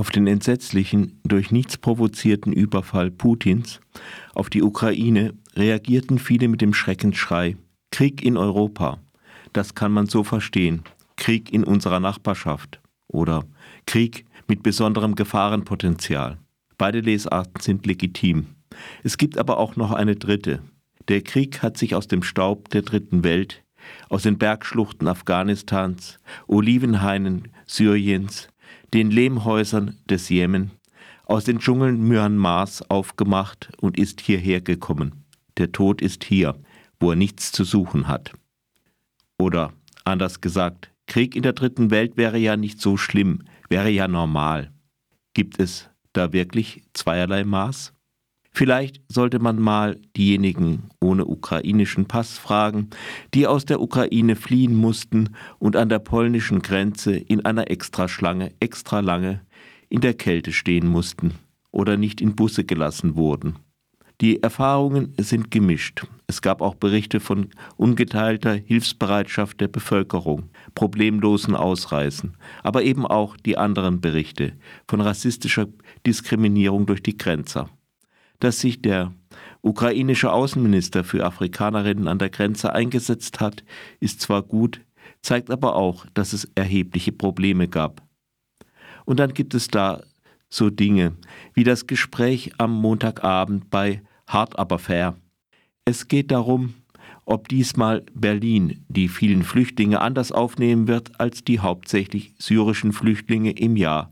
Auf den entsetzlichen, durch nichts provozierten Überfall Putins auf die Ukraine reagierten viele mit dem Schreckensschrei: Krieg in Europa. Das kann man so verstehen. Krieg in unserer Nachbarschaft oder Krieg mit besonderem Gefahrenpotenzial. Beide Lesarten sind legitim. Es gibt aber auch noch eine dritte. Der Krieg hat sich aus dem Staub der dritten Welt, aus den Bergschluchten Afghanistans, Olivenhainen Syriens, den Lehmhäusern des Jemen, aus den Dschungeln Myanmars aufgemacht und ist hierher gekommen. Der Tod ist hier, wo er nichts zu suchen hat. Oder anders gesagt, Krieg in der dritten Welt wäre ja nicht so schlimm, wäre ja normal. Gibt es da wirklich zweierlei Maß? Vielleicht sollte man mal diejenigen ohne ukrainischen Pass fragen, die aus der Ukraine fliehen mussten und an der polnischen Grenze in einer Extraschlange extra lange in der Kälte stehen mussten oder nicht in Busse gelassen wurden. Die Erfahrungen sind gemischt. Es gab auch Berichte von ungeteilter Hilfsbereitschaft der Bevölkerung, problemlosen Ausreisen, aber eben auch die anderen Berichte von rassistischer Diskriminierung durch die Grenzer. Dass sich der ukrainische Außenminister für Afrikanerinnen an der Grenze eingesetzt hat, ist zwar gut, zeigt aber auch, dass es erhebliche Probleme gab. Und dann gibt es da so Dinge wie das Gespräch am Montagabend bei Hart aber fair. Es geht darum, ob diesmal Berlin die vielen Flüchtlinge anders aufnehmen wird als die hauptsächlich syrischen Flüchtlinge im Jahr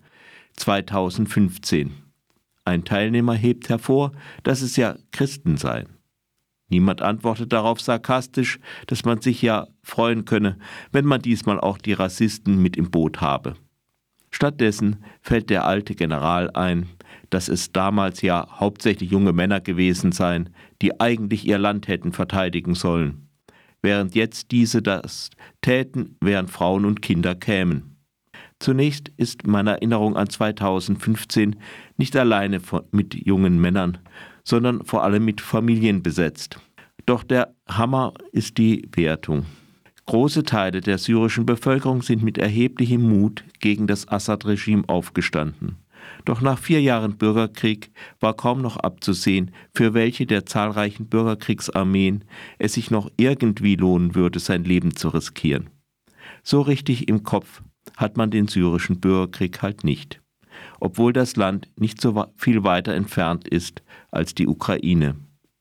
2015. Ein Teilnehmer hebt hervor, dass es ja Christen seien. Niemand antwortet darauf sarkastisch, dass man sich ja freuen könne, wenn man diesmal auch die Rassisten mit im Boot habe. Stattdessen fällt der alte General ein, dass es damals ja hauptsächlich junge Männer gewesen seien, die eigentlich ihr Land hätten verteidigen sollen, während jetzt diese das täten, während Frauen und Kinder kämen. Zunächst ist meine Erinnerung an 2015 nicht alleine mit jungen Männern, sondern vor allem mit Familien besetzt. Doch der Hammer ist die Wertung. Große Teile der syrischen Bevölkerung sind mit erheblichem Mut gegen das Assad-Regime aufgestanden. Doch nach 4 Jahren Bürgerkrieg war kaum noch abzusehen, für welche der zahlreichen Bürgerkriegsarmeen es sich noch irgendwie lohnen würde, sein Leben zu riskieren. So richtig im Kopf hat man den syrischen Bürgerkrieg halt nicht, obwohl das Land nicht so viel weiter entfernt ist als die Ukraine.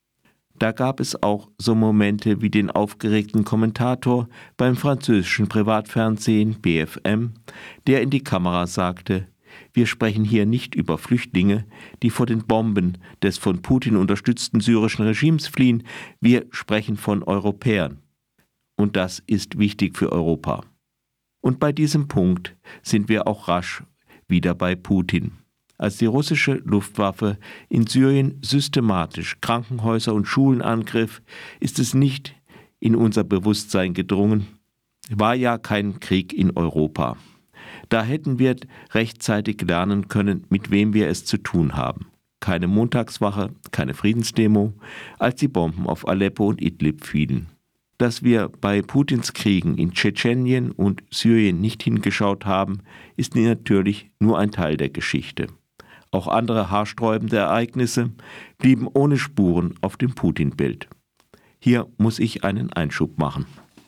Da gab es auch so Momente wie den aufgeregten Kommentator beim französischen Privatfernsehen BFM, der in die Kamera sagte: Wir sprechen hier nicht über Flüchtlinge, die vor den Bomben des von Putin unterstützten syrischen Regimes fliehen, wir sprechen von Europäern. Und das ist wichtig für Europa. Und bei diesem Punkt sind wir auch rasch wieder bei Putin. Als die russische Luftwaffe in Syrien systematisch Krankenhäuser und Schulen angriff, ist es nicht in unser Bewusstsein gedrungen, war ja kein Krieg in Europa. Da hätten wir rechtzeitig lernen können, mit wem wir es zu tun haben. Keine Montagswache, keine Friedensdemo, als die Bomben auf Aleppo und Idlib fielen. Dass wir bei Putins Kriegen in Tschetschenien und Syrien nicht hingeschaut haben, ist natürlich nur ein Teil der Geschichte. Auch andere haarsträubende Ereignisse blieben ohne Spuren auf dem Putin-Bild. Hier muss ich einen Einschub machen.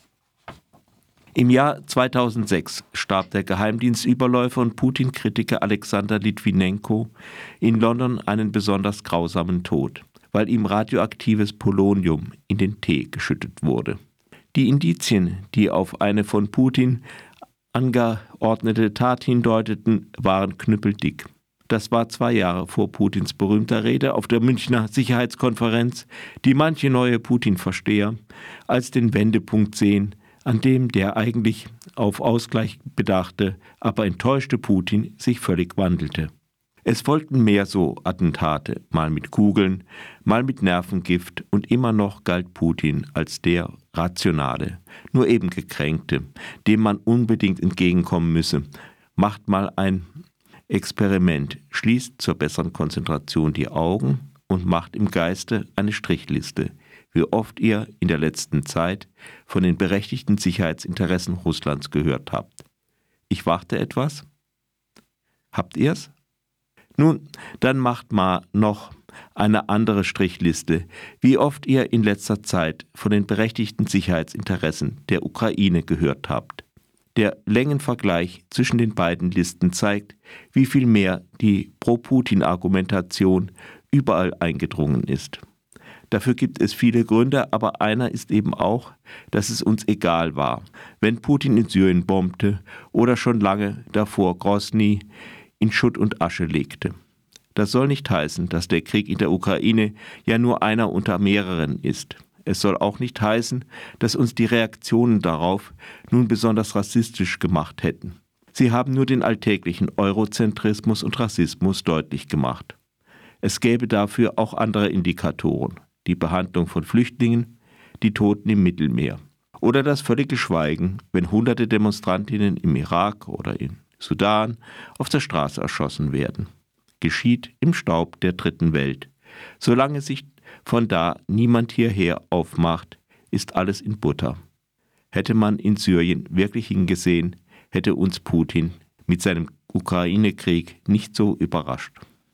Im Jahr 2006 starb der Geheimdienstüberläufer und Putin-Kritiker Alexander Litwinenko in London einen besonders grausamen Tod, weil ihm radioaktives Polonium in den Tee geschüttet wurde. Die Indizien, die auf eine von Putin angeordnete Tat hindeuteten, waren knüppeldick. Das war 2 Jahre vor Putins berühmter Rede auf der Münchner Sicherheitskonferenz, die manche neue Putin-Versteher als den Wendepunkt sehen, an dem der eigentlich auf Ausgleich bedachte, aber enttäuschte Putin sich völlig wandelte. Es folgten mehr so Attentate, mal mit Kugeln, mal mit Nervengift, und immer noch galt Putin als der Rationale, nur eben Gekränkte, dem man unbedingt entgegenkommen müsse. Macht mal ein Experiment, schließt zur besseren Konzentration die Augen und macht im Geiste eine Strichliste, wie oft ihr in der letzten Zeit von den berechtigten Sicherheitsinteressen Russlands gehört habt. Ich warte etwas? Habt ihr's? Nun, dann macht mal noch eine andere Strichliste, wie oft ihr in letzter Zeit von den berechtigten Sicherheitsinteressen der Ukraine gehört habt. Der Längenvergleich zwischen den beiden Listen zeigt, wie viel mehr die Pro-Putin-Argumentation überall eingedrungen ist. Dafür gibt es viele Gründe, aber einer ist eben auch, dass es uns egal war, wenn Putin in Syrien bombte oder schon lange davor Grosny in Schutt und Asche legte. Das soll nicht heißen, dass der Krieg in der Ukraine ja nur einer unter mehreren ist. Es soll auch nicht heißen, dass uns die Reaktionen darauf nun besonders rassistisch gemacht hätten. Sie haben nur den alltäglichen Eurozentrismus und Rassismus deutlich gemacht. Es gäbe dafür auch andere Indikatoren: die Behandlung von Flüchtlingen, die Toten im Mittelmeer oder das völlige Schweigen, wenn hunderte Demonstrantinnen im Irak oder im Sudan auf der Straße erschossen werden. Geschieht im Staub der dritten Welt. Solange sich von da niemand hierher aufmacht, ist alles in Butter. Hätte man in Syrien wirklich hingesehen, hätte uns Putin mit seinem Ukraine-Krieg nicht so überrascht.